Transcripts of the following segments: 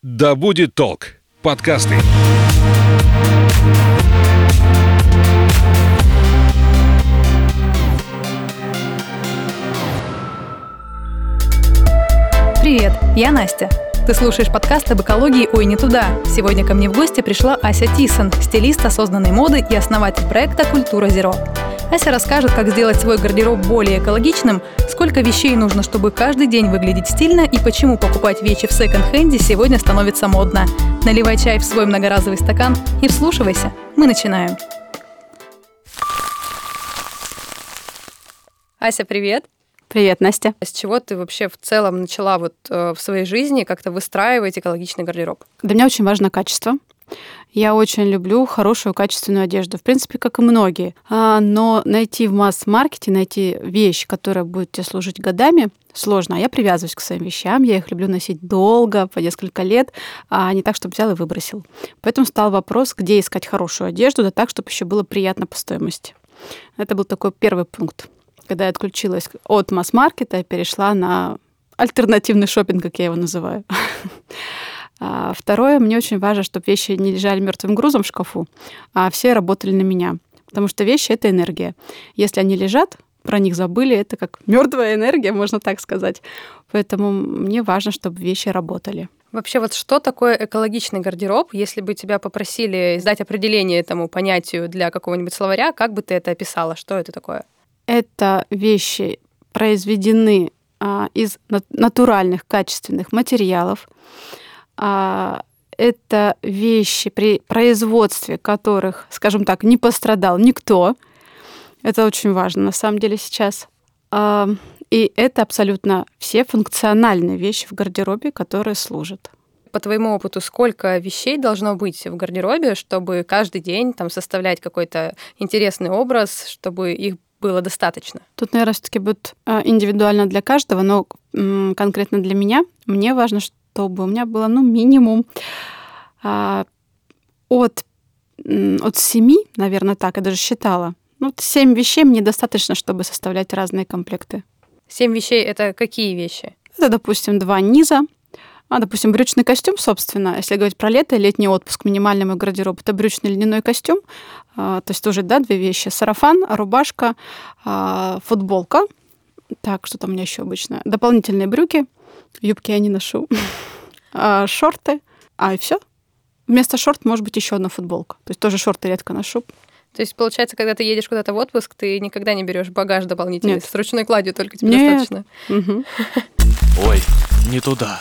Да будет толк. Подкасты. Привет, я Настя. Ты слушаешь подкаст об экологии «Ой, не туда». Сегодня ко мне в гости пришла Ася Тисон, стилист осознанной моды и основатель проекта «Культура Зеро». Ася расскажет, как сделать свой гардероб более экологичным, сколько вещей нужно, чтобы каждый день выглядеть стильно и почему покупать вещи в секонд-хенде сегодня становится модно. Наливай чай в свой многоразовый стакан и вслушивайся. Мы начинаем. Ася, привет. Привет, Настя. С чего ты вообще в целом начала в своей жизни как-то выстраивать экологичный гардероб? Для меня очень важно качество. Я очень люблю хорошую качественную одежду, в принципе, как и многие. Но найти в масс-маркете, найти вещь, которая будет тебе служить годами, сложно. А я привязываюсь к своим вещам, я их люблю носить долго, по несколько лет, а не так, чтобы взял и выбросил. Поэтому стал вопрос, где искать хорошую одежду, да так, чтобы еще было приятно по стоимости. Это был такой первый пункт. Когда я отключилась от масс-маркета, я перешла на альтернативный шопинг, как я его называю. Второе, мне очень важно, чтобы вещи не лежали мертвым грузом в шкафу, а все работали на меня. Потому что вещи — это энергия. Если они лежат, про них забыли, это как мертвая энергия, можно так сказать. Поэтому мне важно, чтобы вещи работали. Вообще, что такое экологичный гардероб? Если бы тебя попросили издать определение этому понятию для какого-нибудь словаря, как бы ты это описала? Что это такое? Это вещи произведены из натуральных, качественных материалов. Это вещи, при производстве которых, скажем так, не пострадал никто. Это очень важно на самом деле сейчас. И это абсолютно все функциональные вещи в гардеробе, которые служат. По твоему опыту, сколько вещей должно быть в гардеробе, чтобы каждый день составлять какой-то интересный образ, чтобы их было достаточно? Тут, наверное, все-таки будет индивидуально для каждого, но конкретно для меня мне важно, чтобы у меня было минимум от 7, наверное, так, я даже считала. 7 вещей мне достаточно, чтобы составлять разные комплекты. 7 вещей — это какие вещи? Это, допустим, 2 низа. Допустим, брючный костюм, собственно, если говорить про лето, летний отпуск, минимальный мой гардероб, это брючный льняной костюм, то есть тоже, 2 вещи. Сарафан, рубашка, футболка. Так, что там у меня еще обычно? Дополнительные брюки, юбки я не ношу, шорты, и все. Вместо шорт может быть еще одна футболка. То есть тоже шорты редко ношу. То есть, получается, когда ты едешь куда-то в отпуск, ты никогда не берешь багаж дополнительный? Нет. С ручной кладью только тебе достаточно? Угу. Ой, не туда.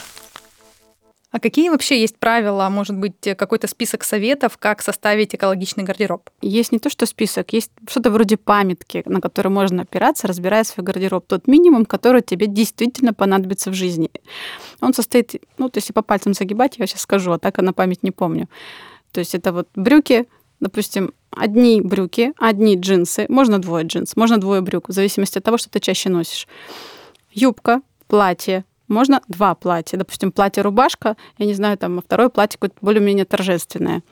А какие вообще есть правила, может быть, какой-то список советов, как составить экологичный гардероб? Есть не то, что список, есть что-то вроде памятки, на которую можно опираться, разбирая свой гардероб. Тот минимум, который тебе действительно понадобится в жизни. Он состоит, если по пальцам загибать, я сейчас скажу, а так я на память не помню. То есть это брюки, допустим, одни брюки, одни джинсы, можно 2 джинс, можно 2 брюк, в зависимости от того, что ты чаще носишь. Юбка, платье, можно 2 платья. Допустим, платье-рубашка, я не знаю, второе платье какое-то более-менее торжественное.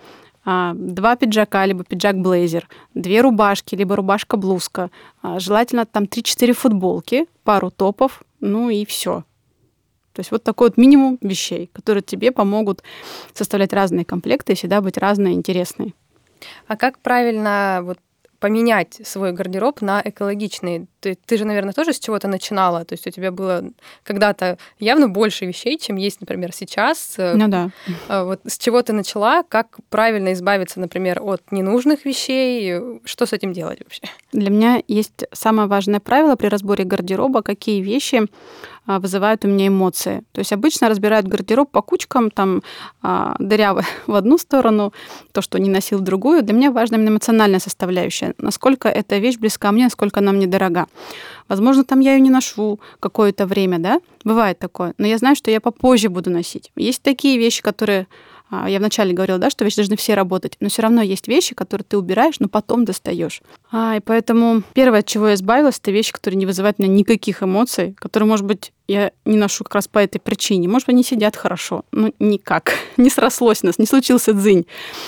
2 пиджака, либо пиджак-блейзер, 2 рубашки, либо рубашка-блузка. Желательно 3-4 футболки, пару топов, и все. То есть такой минимум вещей, которые тебе помогут составлять разные комплекты и всегда быть разные, интересные. А как правильно поменять свой гардероб на экологичный? Ты же, наверное, тоже с чего-то начинала. То есть у тебя было когда-то явно больше вещей, чем есть, например, сейчас. Да. С чего ты начала? Как правильно избавиться, например, от ненужных вещей? Что с этим делать вообще? Для меня есть самое важное правило при разборе гардероба, какие вещи вызывают у меня эмоции. То есть обычно разбирают гардероб по кучкам, дырявый в одну сторону, то, что не носил в другую. Для меня важна именно эмоциональная составляющая. Насколько эта вещь близка мне, насколько она мне дорога. Возможно, я ее не ношу какое-то время, да? Бывает такое. Но я знаю, что я попозже буду носить. Есть такие вещи, которые... Я вначале говорила, да, что вещи должны все работать, но все равно есть вещи, которые ты убираешь, но потом достаешь. И поэтому первое, от чего я избавилась, это вещи, которые не вызывают у меня никаких эмоций, которые, может быть, я не ношу как раз по этой причине. Может быть, они сидят хорошо, но никак. Не срослось у нас, не случился дзынь.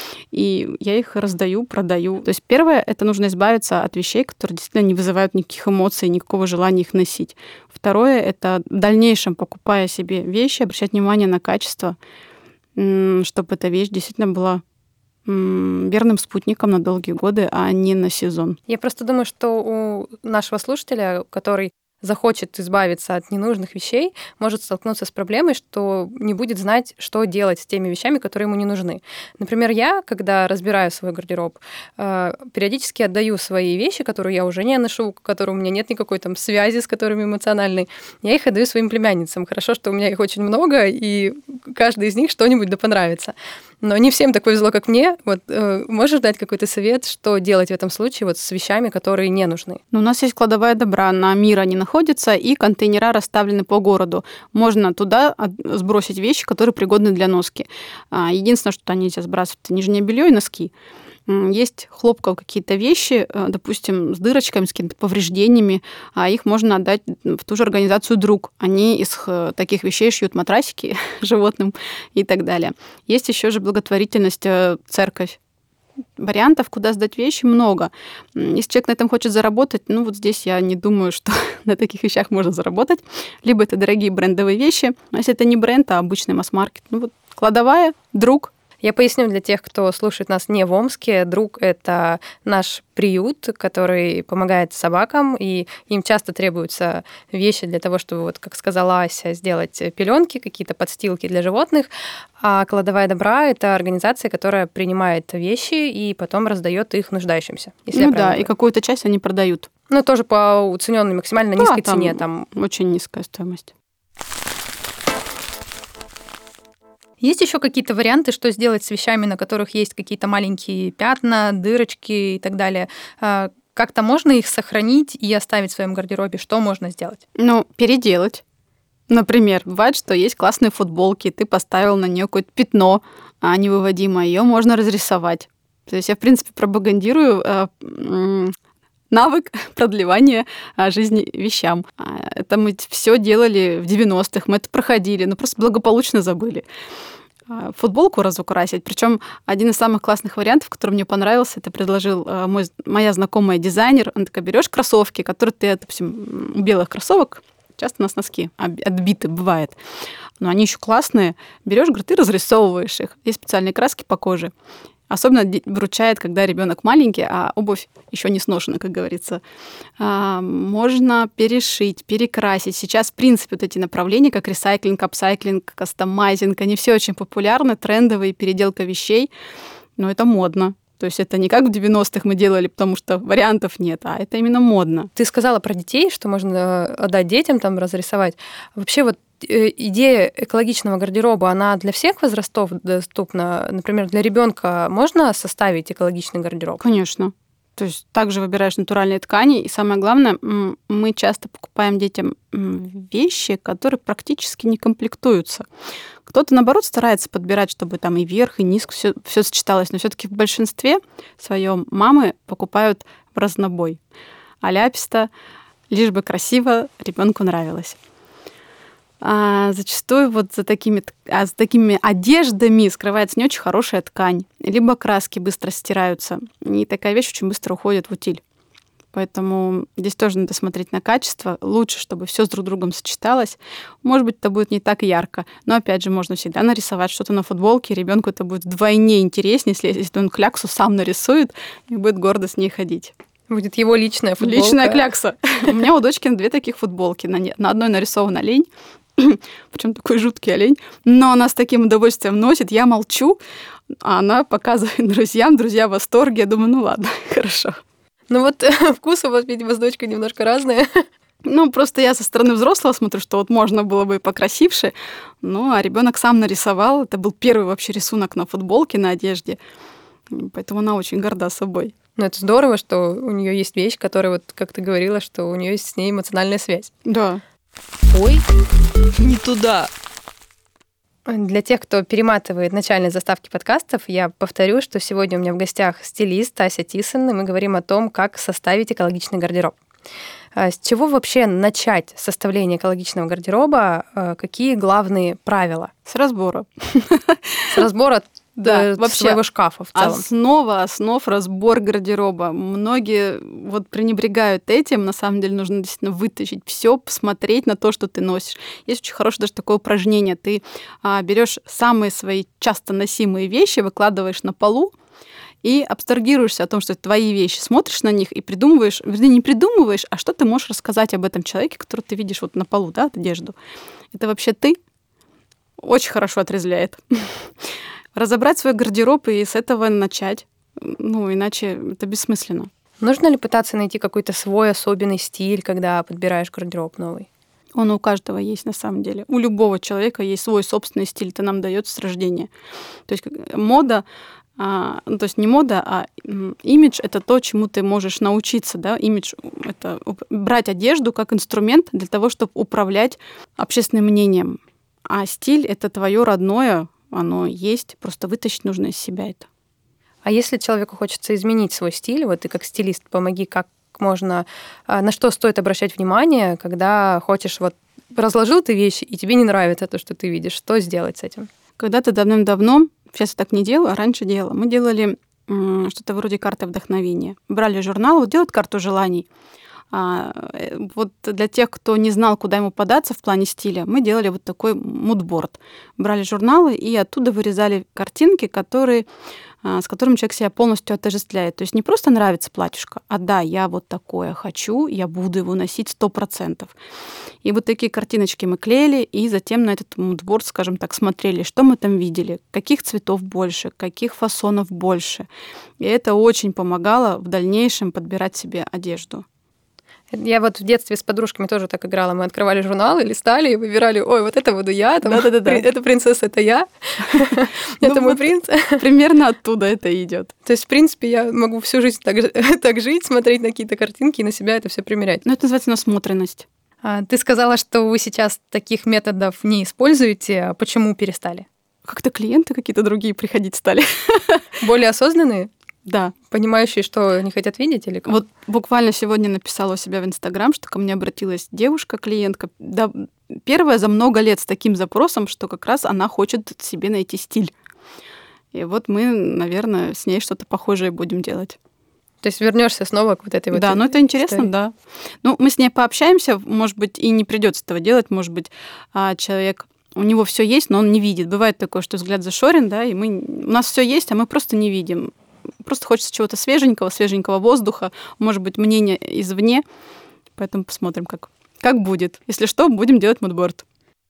И я их раздаю, продаю. То есть первое, это нужно избавиться от вещей, которые действительно не вызывают никаких эмоций, никакого желания их носить. Второе, это в дальнейшем, покупая себе вещи, обращать внимание на качество. чтобы эта вещь действительно была верным спутником на долгие годы, а не на сезон. Я просто думаю, что у нашего слушателя, который захочет избавиться от ненужных вещей, может столкнуться с проблемой, что не будет знать, что делать с теми вещами, которые ему не нужны. Например, я, когда разбираю свой гардероб, периодически отдаю свои вещи, которые я уже не ношу, которые у меня нет никакой там связи с которыми эмоциональной, я их отдаю своим племянницам. Хорошо, что у меня их очень много, и каждый из них что-нибудь да понравится. Но не всем так повезло, как мне. Вот можешь дать какой-то совет, что делать в этом случае вот с вещами, которые не нужны? У нас есть кладовая добра, на Мир они находятся, и контейнера расставлены по городу. Можно туда сбросить вещи, которые пригодны для носки. Единственное, что туда нельзя сбрасывать, это нижнее белье и носки. Есть хлопковые какие-то вещи, допустим, с дырочками, с какими-то повреждениями, а их можно отдать в ту же организацию «Друг». Они из таких вещей шьют матрасики животным и так далее. Есть еще же благотворительность, церковь. Вариантов, куда сдать вещи, много. Если человек на этом хочет заработать, вот здесь я не думаю, что на таких вещах можно заработать. Либо это дорогие брендовые вещи, а если это не бренд, а обычный масс-маркет, кладовая, «Друг». Я поясню для тех, кто слушает нас не в Омске. «Друг» — это наш приют, который помогает собакам, и им часто требуются вещи для того, чтобы, вот, как сказала Ася, сделать пеленки, какие-то подстилки для животных. А «Кладовая добра» — это организация, которая принимает вещи и потом раздает их нуждающимся. И какую-то часть они продают. Тоже по уцененной максимально низкой цене. Там очень низкая стоимость. Есть еще какие-то варианты, что сделать с вещами, на которых есть какие-то маленькие пятна, дырочки и так далее? Как-то можно их сохранить и оставить в своем гардеробе? Что можно сделать? Переделать. Например, бывает, что есть классные футболки, ты поставил на нее какое-то пятно невыводимое, ее можно разрисовать. То есть я, в принципе, пропагандирую навык продлевания жизни вещам. Это мы все делали в 90-х, мы это проходили, но просто благополучно забыли. Футболку разукрасить. Причем один из самых классных вариантов, который мне понравился, это предложил моя знакомая дизайнер. Она такая: берешь кроссовки, которые ты, допустим, у белых кроссовок, часто у нас носки отбиты, бывает. Но они еще классные. Берешь, говорит, ты разрисовываешь их. Есть специальные краски по коже. Особенно выручает, когда ребенок маленький, а обувь еще не сношена, как говорится. Можно перешить, перекрасить. Сейчас, в принципе, вот эти направления, как ресайклинг, апсайклинг, кастомайзинг, они все очень популярны, трендовые, переделка вещей. Но это модно. То есть это не как в 90-х мы делали, потому что вариантов нет, а это именно модно. Ты сказала про детей, что можно отдать детям, там, разрисовать. Вообще вот идея экологичного гардероба, она для всех возрастов доступна? Например, для ребенка можно составить экологичный гардероб? Конечно. То есть также выбираешь натуральные ткани. И самое главное, мы часто покупаем детям вещи, которые практически не комплектуются. Кто-то, наоборот, старается подбирать, чтобы там и верх, и низ все сочеталось. Но все-таки в большинстве своем мамы покупают в разнобой. Аляписто, лишь бы красиво, ребенку нравилось. А зачастую вот за такими одеждами скрывается не очень хорошая ткань, либо краски быстро стираются, и такая вещь очень быстро уходит в утиль. Поэтому здесь тоже надо смотреть на качество. Лучше, чтобы все с друг другом сочеталось. Может быть, это будет не так ярко, но опять же можно всегда нарисовать что-то на футболке, ребенку это будет вдвойне интереснее, если он кляксу сам нарисует и будет гордо с ней ходить. Будет его личная футболка. Личная клякса. У меня у дочки 2 таких футболки. На одной нарисован олень, причем такой жуткий олень, но она с таким удовольствием носит, я молчу, а она показывает друзьям, друзья в восторге, я думаю, ладно, хорошо. Вкус у вас, видимо, с дочкой немножко разные. Просто я со стороны взрослого смотрю, что вот можно было бы покрасивше, а ребенок сам нарисовал, это был первый вообще рисунок на футболке, на одежде, поэтому она очень горда собой. Это здорово, что у нее есть вещь, которая, вот как ты говорила, что у нее есть с ней эмоциональная связь. Да. Ой, не туда. Для тех, кто перематывает начальные заставки подкастов, я повторю, что сегодня у меня в гостях стилист Ася Тисон, и мы говорим о том, как составить экологичный гардероб. С чего вообще начать составление экологичного гардероба? Какие главные правила? С разбора. С разбора Да, вообще своего шкафа в целом. Основа основ разбор гардероба. Многие вот пренебрегают этим. На самом деле нужно действительно вытащить все, посмотреть на то, что ты носишь. Есть очень хорошее даже такое упражнение. Ты берешь самые свои часто носимые вещи, выкладываешь на полу и абстрагируешься о том, что это твои вещи, смотришь на них и придумываешь, вернее, не придумываешь, а что ты можешь рассказать об этом человеке, которого ты видишь вот на полу, да, одежду. Это вообще ты. Очень хорошо отрезвляет. Разобрать свой гардероб и с этого начать. Ну, иначе это бессмысленно. Нужно ли пытаться найти какой-то свой особенный стиль, когда подбираешь гардероб новый? Он у каждого есть на самом деле. У любого человека есть свой собственный стиль. Это нам дается с рождения. То есть мода, то есть не мода, а имидж — это то, чему ты можешь научиться. Да? Имидж — это брать одежду как инструмент для того, чтобы управлять общественным мнением. А стиль — это твое родное, оно есть, просто вытащить нужно из себя это. А если человеку хочется изменить свой стиль, вот ты как стилист, помоги, как можно, на что стоит обращать внимание, когда хочешь, вот разложил ты вещи, и тебе не нравится то, что ты видишь, что сделать с этим? Когда-то давным-давно, сейчас я так не делаю, а раньше делала, мы делали что-то вроде карты вдохновения. Брали журнал, вот делают карту желаний. Вот для тех, кто не знал, куда ему податься в плане стиля, мы делали вот такой мудборд. Брали журналы и оттуда вырезали картинки, с которыми человек себя полностью отождествляет. То есть не просто нравится платьишко, а да, я вот такое хочу, я буду его носить 100%. И вот такие картиночки мы клеили, и затем на этот мудборд, скажем так, смотрели, что мы там видели, каких цветов больше, каких фасонов больше. И это очень помогало в дальнейшем подбирать себе одежду. Я вот в детстве с подружками тоже так играла. Мы открывали журналы, листали и выбирали, ой, вот это буду я, там, эта принцесса — это я, это мой принц. Примерно оттуда это идет. То есть, в принципе, я могу всю жизнь так жить, смотреть на какие-то картинки и на себя это все примерять. Ну, это называется насмотренность. Ты сказала, что вы сейчас таких методов не используете. А почему перестали? Как-то клиенты какие-то другие приходить стали. Более осознанные? Да. Понимающие, что не хотят видеть или как? Вот буквально сегодня написала у себя в Инстаграм, что ко мне обратилась девушка-клиентка, да, первая за много лет с таким запросом, что как раз она хочет себе найти стиль. И вот мы, наверное, с ней что-то похожее будем делать. То есть вернешься снова к вот этой вот Да, ну это интересно, истории. Да. Ну, мы с ней пообщаемся, может быть, и не придется этого делать, может быть, человек... У него все есть, но он не видит. Бывает такое, что взгляд зашорен, да, и у нас все есть, а мы просто не видим. Просто хочется чего-то свеженького воздуха, может быть, мнение извне. Поэтому посмотрим, как будет. Если что, будем делать мудборд.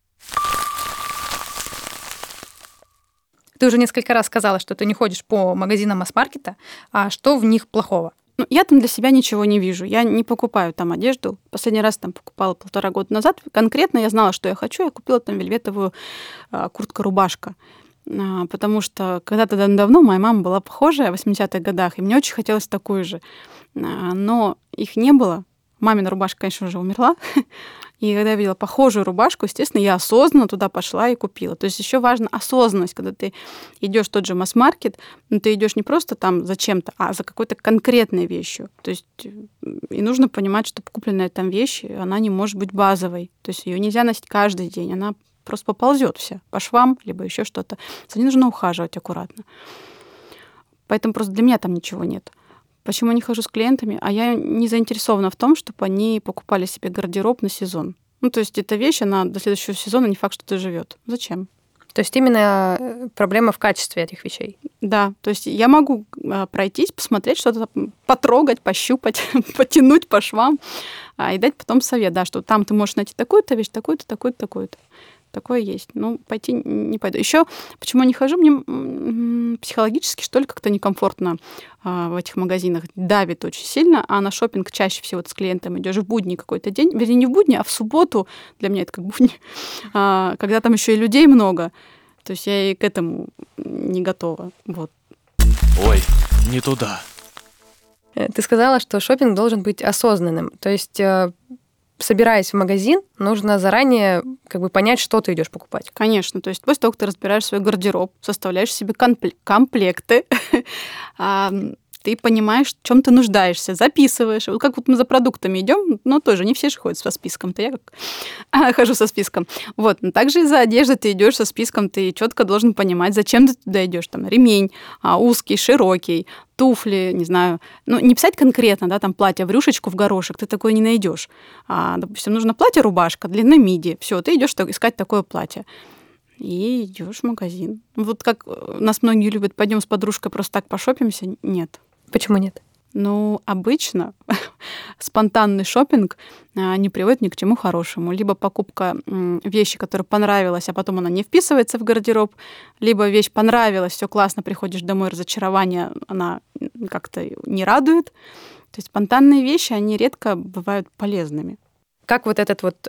Ты уже несколько раз сказала, что ты не ходишь по магазинам масс-маркета. А что в них плохого? Ну, я там для себя ничего не вижу. Я не покупаю там одежду. Последний раз там покупала 1,5 года назад. Конкретно я знала, что я хочу. Я купила там вельветовую куртку-рубашка. Потому что когда-то давно моя мама была похожая в 80-х годах, и мне очень хотелось такую же. Но их не было. Мамина рубашка, конечно, уже умерла. И когда я видела похожую рубашку, естественно, я осознанно туда пошла и купила. То есть еще важна осознанность, когда ты идешь в тот же масс-маркет, но ты идешь не просто там за чем-то, а за какой-то конкретной вещью. То есть и нужно понимать, что купленная там вещь, она не может быть базовой. То есть ее нельзя носить каждый день, она просто поползет вся по швам, либо еще что-то. За ней нужно ухаживать аккуратно. Поэтому просто для меня там ничего нет. Почему я не хожу с клиентами? А я не заинтересована в том, чтобы они покупали себе гардероб на сезон. Ну, то есть эта вещь, она до следующего сезона не факт, что доживет. Зачем? То есть именно проблема в качестве этих вещей? Да. То есть я могу пройтись, посмотреть что-то, потрогать, пощупать, потянуть по швам и дать потом совет, да, что там ты можешь найти такую-то вещь, такую-то, такую-то, такую-то. Такое есть. Ну, пойти не пойду. Еще почему я не хожу? Мне психологически, что ли, как-то некомфортно в этих магазинах. Давит очень сильно, а на шопинг чаще всего с клиентом идешь в будний какой-то день. Вернее, не в будни, а в субботу. Для меня это как будни. Когда там еще и людей много. То есть я и к этому не готова. Вот. Ой, не туда. Ты сказала, что шопинг должен быть осознанным. То есть собираясь в магазин, нужно заранее понять, что ты идешь покупать. Конечно. То есть после того, как ты разбираешь свой гардероб, составляешь себе комплекты, ты понимаешь, в чем ты нуждаешься, записываешь. Вот как вот мы за продуктами идем, но тоже не все же ходят со списком-то, я как хожу со списком. Вот, но также и за одеждой ты идешь со списком, ты четко должен понимать, зачем ты туда идешь. Там ремень узкий, широкий, туфли, не знаю. Ну, не писать конкретно, да, там платье в рюшечку, в горошек, ты такое не найдешь. Допустим, нужно платье-рубашка, длины миди. Все, ты идешь искать такое платье. И идешь в магазин. Вот как нас многие любят, пойдем с подружкой просто так пошопимся. Нет. Почему нет? Ну, обычно спонтанный шопинг не приводит ни к чему хорошему. Либо покупка вещи, которая понравилась, а потом она не вписывается в гардероб, либо вещь понравилась, все классно, приходишь домой, разочарование, она как-то не радует. То есть спонтанные вещи, они редко бывают полезными. Как вот этот вот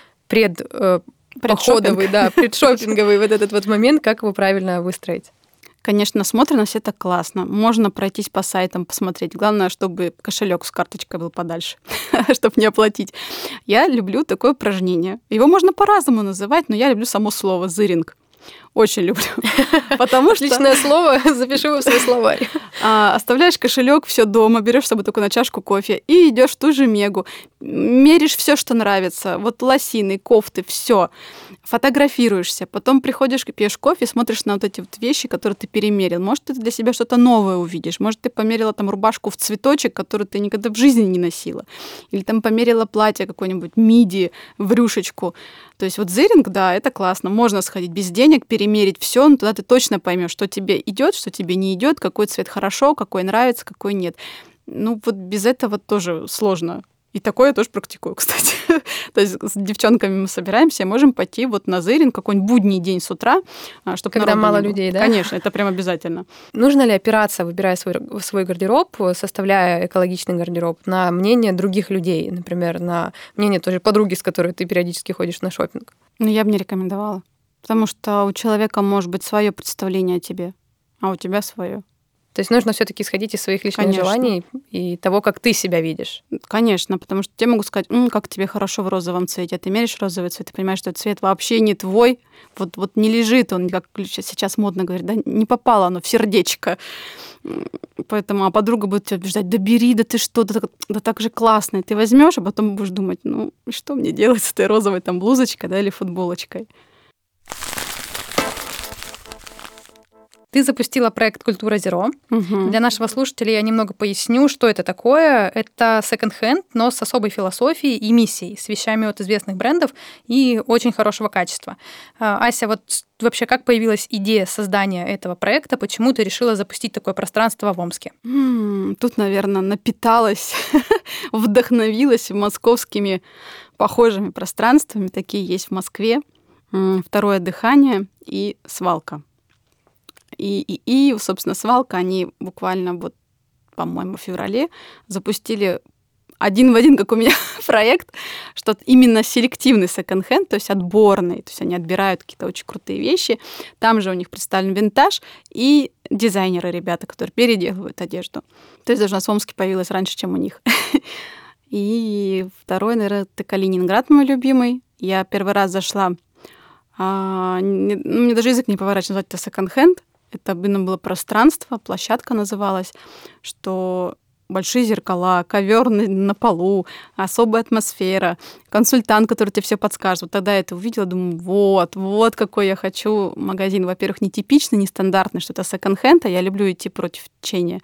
походовый, да, предшопинговый вот этот вот момент, как его правильно выстроить? Конечно, насмотренность — это классно. Можно пройтись по сайтам, посмотреть. Главное, чтобы кошелек с карточкой был подальше, чтобы не оплатить. Я люблю такое упражнение. Его можно по-разному называть, но я люблю само слово «зыринг». Очень люблю. Потому что... Отличное слово, запишу его в свой словарь. Оставляешь кошелек, все дома, берешь с собой только на чашку кофе и идешь в ту же Мегу. Меришь все, что нравится. Вот лосины, кофты, все. Фотографируешься. Потом приходишь, пьешь кофе, смотришь на вот эти вот вещи, которые ты перемерил. Может, ты для себя что-то новое увидишь. Может, ты померила там рубашку в цветочек, которую ты никогда в жизни не носила. Или там померила платье какое-нибудь миди в рюшечку. То есть вот зыринг, да, это классно. Можно сходить без денег, перемерить все, но тогда ты точно поймешь, что тебе идет, что тебе не идет, какой цвет хорошо, какой нравится, какой нет. Ну вот без этого тоже сложно. И такое я тоже практикую, кстати. То есть с девчонками мы собираемся, можем пойти вот на зыринг какой-нибудь будний день с утра, чтобы когда мало людей, да? Конечно, это прям обязательно. Нужно ли опираться, выбирая свой гардероб, составляя экологичный гардероб, на мнение других людей, например, на мнение той же подруги, с которой ты периодически ходишь на шопинг? Ну, я бы не рекомендовала. Потому что у человека может быть свое представление о тебе, а у тебя свое. То есть нужно все-таки исходить из своих личных желаний и того, как ты себя видишь. Конечно, потому что тебе могут сказать, как тебе хорошо в розовом цвете. А ты меряешь розовый цвет, ты понимаешь, что этот цвет вообще не твой. Вот не лежит он, как сейчас модно говорить, да, не попало оно в сердечко. Поэтому подруга будет тебя убеждать, да бери, да ты что, да так же классно. И ты возьмешь, а потом будешь думать, что мне делать с этой розовой там блузочкой, да, или футболочкой. Ты запустила проект «Культура Зеро». Угу. Для нашего слушателя я немного поясню, что это такое. Это секонд-хенд, но с особой философией и миссией, с вещами от известных брендов и очень хорошего качества. Ася, вот вообще как появилась идея создания этого проекта? Почему ты решила запустить такое пространство в Омске? Тут, наверное, напиталась, вдохновилась московскими похожими пространствами. Такие есть в Москве. «Второе дыхание» и «Свалка». И, собственно, «Свалка», они буквально, по-моему, в феврале запустили один в один, как у меня, проект, что именно селективный секонд-хенд, то есть отборный, то есть они отбирают какие-то очень крутые вещи. Там же у них представлен винтаж и дизайнеры, ребята, которые переделывают одежду. То есть даже у нас в Омске появилось раньше, чем у них. И второй, наверное, это Калининград, мой любимый. Я первый раз зашла, мне даже язык не поворачивается назвать это секонд-хенд. Это было пространство, площадка называлась, что большие зеркала, ковер на полу, особая атмосфера, консультант, который тебе все подскажет. Вот тогда я это увидела, думаю, вот какой я хочу магазин. Во-первых, нетипичный, нестандартный, что это секонд-хенд, а я люблю идти против течения.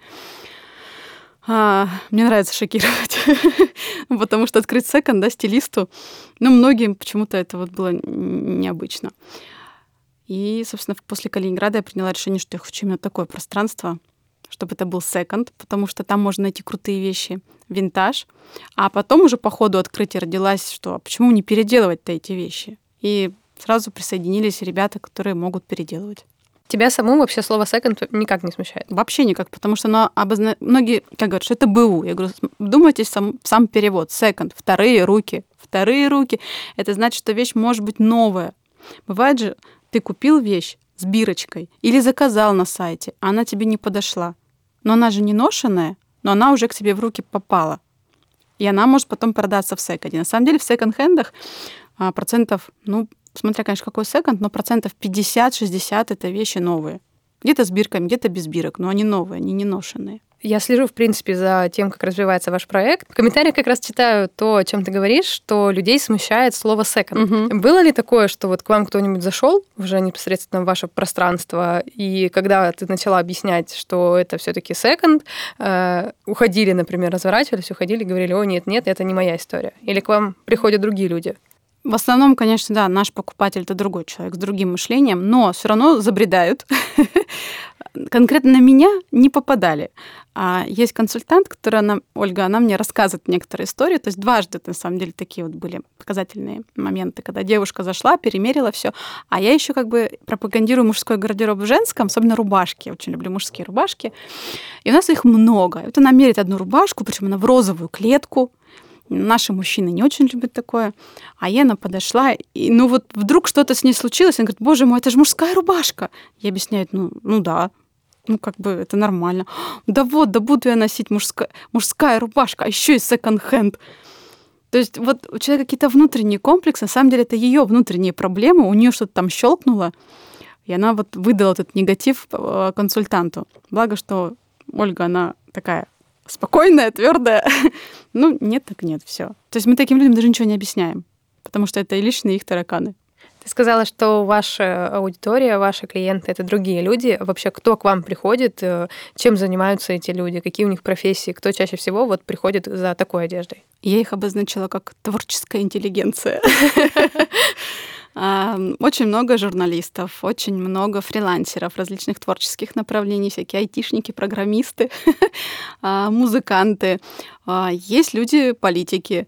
Мне нравится шокировать, потому что открыть секонд, да, стилисту, многим почему-то это было необычно. И, собственно, после Калининграда я приняла решение, что я хочу именно такое пространство, чтобы это был секонд, потому что там можно найти крутые вещи, винтаж. А потом уже по ходу открытия родилась, что почему не переделывать-то эти вещи? И сразу присоединились ребята, которые могут переделывать. Тебя саму вообще слово «секонд» никак не смущает? Вообще никак, потому что многие говорят, что это БУ. Я говорю, вдумайтесь в сам перевод. Секонд, вторые руки. Вторые руки. Это значит, что вещь может быть новая. Бывает же, ты купил вещь с бирочкой или заказал на сайте, а она тебе не подошла. Но она же не ношеная, но она уже к тебе в руки попала. И она может потом продаться в секонде. На самом деле в секонд-хендах процентов, смотря, конечно, какой секонд, но процентов 50-60 это вещи новые. Где-то с бирками, где-то без бирок, но они новые, они не ношеные. Я слежу, в принципе, за тем, как развивается ваш проект. В комментариях как раз читаю то, о чем ты говоришь, что людей смущает слово «секонд». Было ли такое, что вот к вам кто-нибудь зашел уже непосредственно в ваше пространство, и когда ты начала объяснять, что это все-таки секонд, уходили, например, разворачивались, уходили, говорили: «О, нет, это не моя история». Или к вам приходят другие люди? В основном, конечно, да, наш покупатель — это другой человек с другим мышлением, но все равно забредают. Конкретно на меня не попадали. А есть консультант, которая Ольга, она мне рассказывает некоторые истории. То есть дважды, на самом деле, такие вот были показательные моменты, когда девушка зашла, перемерила все, а я еще как бы пропагандирую мужской гардероб в женском, особенно рубашки. Я очень люблю мужские рубашки. И у нас их много. И вот она мерит одну рубашку, причем она в розовую клетку. Наши мужчины не очень любят такое. А Ена подошла, и ну вот вдруг что-то с ней случилось. Она говорит: боже мой, это же мужская рубашка. Я объясняю: ну да, ну как бы это нормально. Да буду я носить мужская рубашка, а еще и секонд-хенд. То есть вот у человека какие-то внутренние комплексы, на самом деле это ее внутренние проблемы, у нее что-то там щелкнуло, и она вот выдала этот негатив консультанту. Благо, что Ольга, она такая спокойная, твердая. Ну, нет, так нет, все. То есть мы таким людям даже ничего не объясняем, потому что это и личные их тараканы. Ты сказала, что ваша аудитория, ваши клиенты — это другие люди. Вообще, кто к вам приходит, чем занимаются эти люди, какие у них профессии, кто чаще всего вот приходит за такой одеждой? Я их обозначила как творческая интеллигенция. Очень много журналистов, очень много фрилансеров различных творческих направлений, всякие айтишники, программисты, музыканты. Есть люди-политики.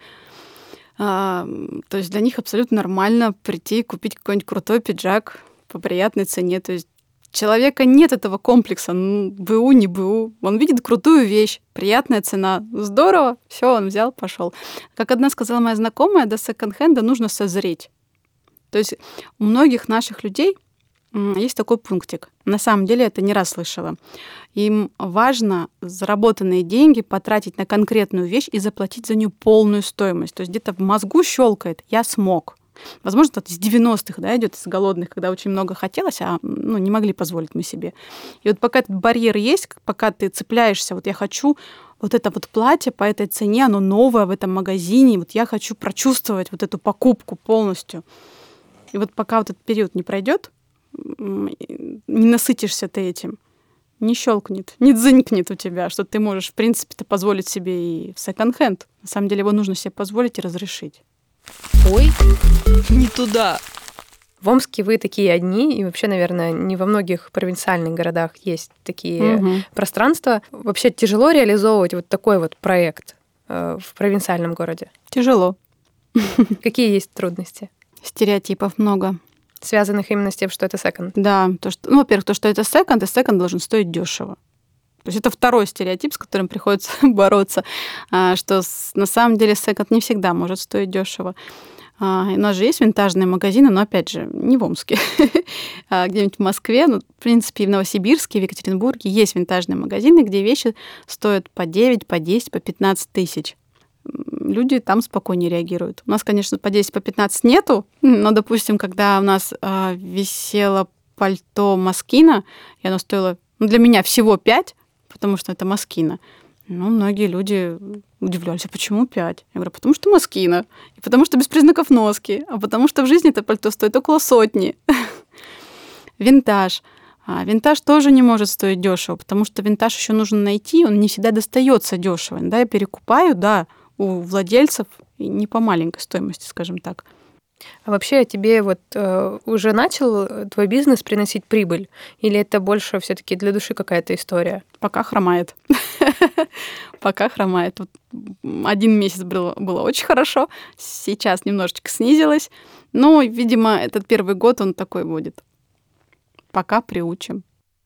То есть для них абсолютно нормально прийти и купить какой-нибудь крутой пиджак по приятной цене. То есть у человека нет этого комплекса, БУ, не БУ. Он видит крутую вещь, приятная цена, здорово, все, он взял, пошел. Как одна сказала моя знакомая, до секонд-хенда нужно созреть. То есть у многих наших людей есть такой пунктик. На самом деле это не раз слышала. Им важно заработанные деньги потратить на конкретную вещь и заплатить за нее полную стоимость. То есть где-то в мозгу щелкает: я смог. Возможно, это из 90-х, да, идет из голодных, когда очень много хотелось, а не могли позволить мы себе. И вот пока этот барьер есть, пока ты цепляешься: вот я хочу вот это вот платье по этой цене, оно новое в этом магазине, вот я хочу прочувствовать вот эту покупку полностью. И вот пока вот этот период не пройдет, не насытишься ты этим, не щелкнет, не дзынькнет у тебя, что ты можешь, в принципе-то, позволить себе и в секонд-хенд. На самом деле его нужно себе позволить и разрешить. Ой, не туда. В Омске вы такие одни, и вообще, наверное, не во многих провинциальных городах есть такие пространства. Вообще тяжело реализовывать вот такой вот проект в провинциальном городе? Тяжело. Какие есть трудности? Стереотипов много. Связанных именно с тем, что это секонд? Да, во-первых, то, что это секонд, и секонд должен стоить дешево. То есть это второй стереотип, с которым приходится бороться, что на самом деле секонд не всегда может стоить дешево. У нас же есть винтажные магазины, но, опять же, не в Омске. Где-нибудь в Москве, в принципе, и в Новосибирске, в Екатеринбурге есть винтажные магазины, где вещи стоят по 9, по 10, по 15 тысяч. Люди там спокойнее реагируют. У нас, конечно, по 10, по 15 нету, но, допустим, когда у нас висело пальто Москина, и оно стоило для меня всего 5, потому что это Москина, многие люди удивлялись: а почему 5? Я говорю: потому что Москина, и потому что без признаков носки, а потому что в жизни это пальто стоит около 100. Винтаж. Винтаж тоже не может стоить дешево, потому что винтаж еще нужно найти, он не всегда достается дешево. Да, я перекупаю, да, у владельцев, и не по маленькой стоимости, скажем так. А вообще тебе вот уже начал твой бизнес приносить прибыль? Или это больше все-таки для души какая-то история? Пока хромает. Пока хромает. Вот 1 месяц было очень хорошо, сейчас немножечко снизилось. Но, видимо, этот первый год он такой будет. Пока приучим.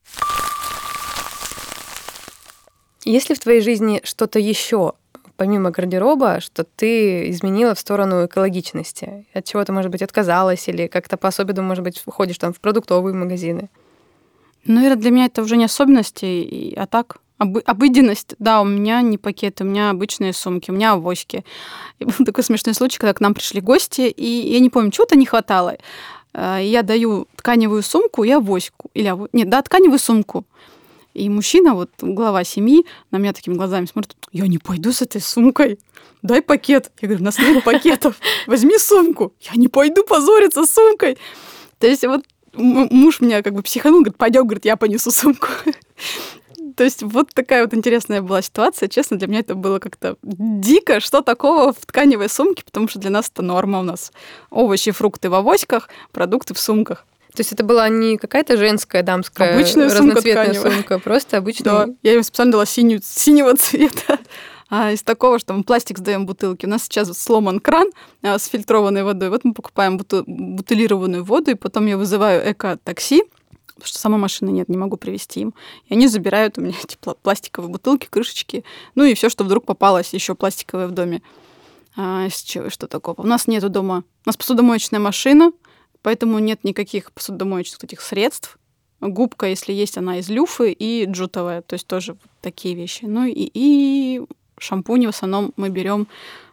Есть ли в твоей жизни что-то еще, помимо гардероба, что ты изменила в сторону экологичности? От чего-то, может быть, отказалась или как-то по-особенному, может быть, ходишь там в продуктовые магазины? Наверное, для меня это уже не особенности, а так, обыденность. Да, у меня не пакеты, у меня обычные сумки, у меня авоськи. И был такой смешной случай, когда к нам пришли гости, и я не помню, чего-то не хватало. Я даю тканевую сумку и авоську. Тканевую сумку. И мужчина, вот глава семьи, на меня такими глазами смотрит: я не пойду с этой сумкой, дай пакет. Я говорю: у нас нет пакетов, возьми сумку. Я не пойду позориться с сумкой. То есть вот муж меня как бы психанул, говорит: пойдем, говорит, я понесу сумку. То есть вот такая вот интересная была ситуация. Честно, для меня это было как-то дико, что такого в тканевой сумке, потому что для нас это норма. У нас овощи, фрукты в авоськах, продукты в сумках. То есть это была не какая-то женская, дамская, Обычная сумка разноцветная тканевая. сумка, просто обычная. Да, я им специально дала синего цвета. А из такого, что мы пластик сдаем бутылки. У нас сейчас сломан кран с фильтрованной водой. Вот мы покупаем бутылированную воду, и потом я вызываю эко-такси, потому что самой машины нет, не могу привезти им. И они забирают у меня эти пластиковые бутылки, крышечки, ну и все, что вдруг попалось еще пластиковое в доме. Из чего, что такого? У нас нету дома. У нас посудомоечная машина, поэтому нет никаких посудомоечных этих средств. Губка, если есть, она из люфы, и джутовая, то есть тоже такие вещи. Ну и шампуни в основном мы берем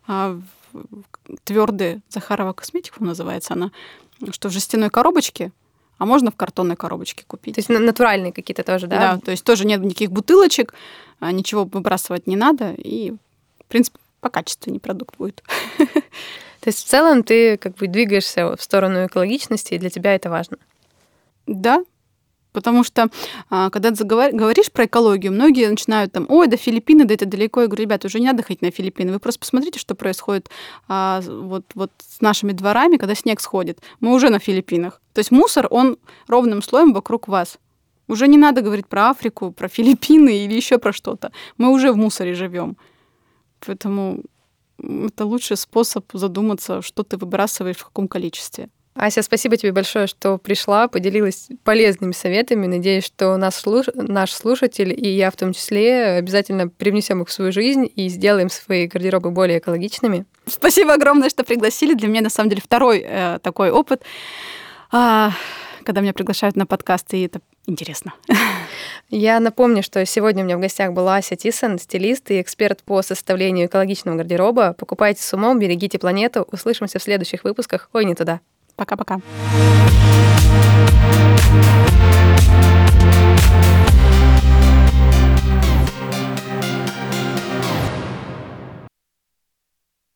твердые, Захарова косметика называется она, что в жестяной коробочке, а можно в картонной коробочке купить. То есть натуральные какие-то тоже, да? Да, то есть тоже нет никаких бутылочек, ничего выбрасывать не надо, и, в принципе, покачественнее продукт будет. То есть в целом ты как бы двигаешься в сторону экологичности, и для тебя это важно? Да, потому что, когда ты говоришь про экологию, многие начинают там: ой, да Филиппины, да это далеко. Я говорю: ребята, уже не надо ходить на Филиппины. Вы просто посмотрите, что происходит вот с нашими дворами, когда снег сходит. Мы уже на Филиппинах. То есть мусор, он ровным слоем вокруг вас. Уже не надо говорить про Африку, про Филиппины или еще про что-то. Мы уже в мусоре живем. Поэтому это лучший способ задуматься, что ты выбрасываешь, в каком количестве. Ася, спасибо тебе большое, что пришла, поделилась полезными советами. Надеюсь, что наш слушатель и я в том числе обязательно привнесем их в свою жизнь и сделаем свои гардеробы более экологичными. Спасибо огромное, что пригласили. Для меня, на самом деле, второй такой опыт, когда меня приглашают на подкасты, и это интересно. Я напомню, что сегодня у меня в гостях была Ася Тисон, стилист и эксперт по составлению экологичного гардероба. Покупайте с умом, берегите планету. Услышимся в следующих выпусках. Ой, не туда. Пока-пока.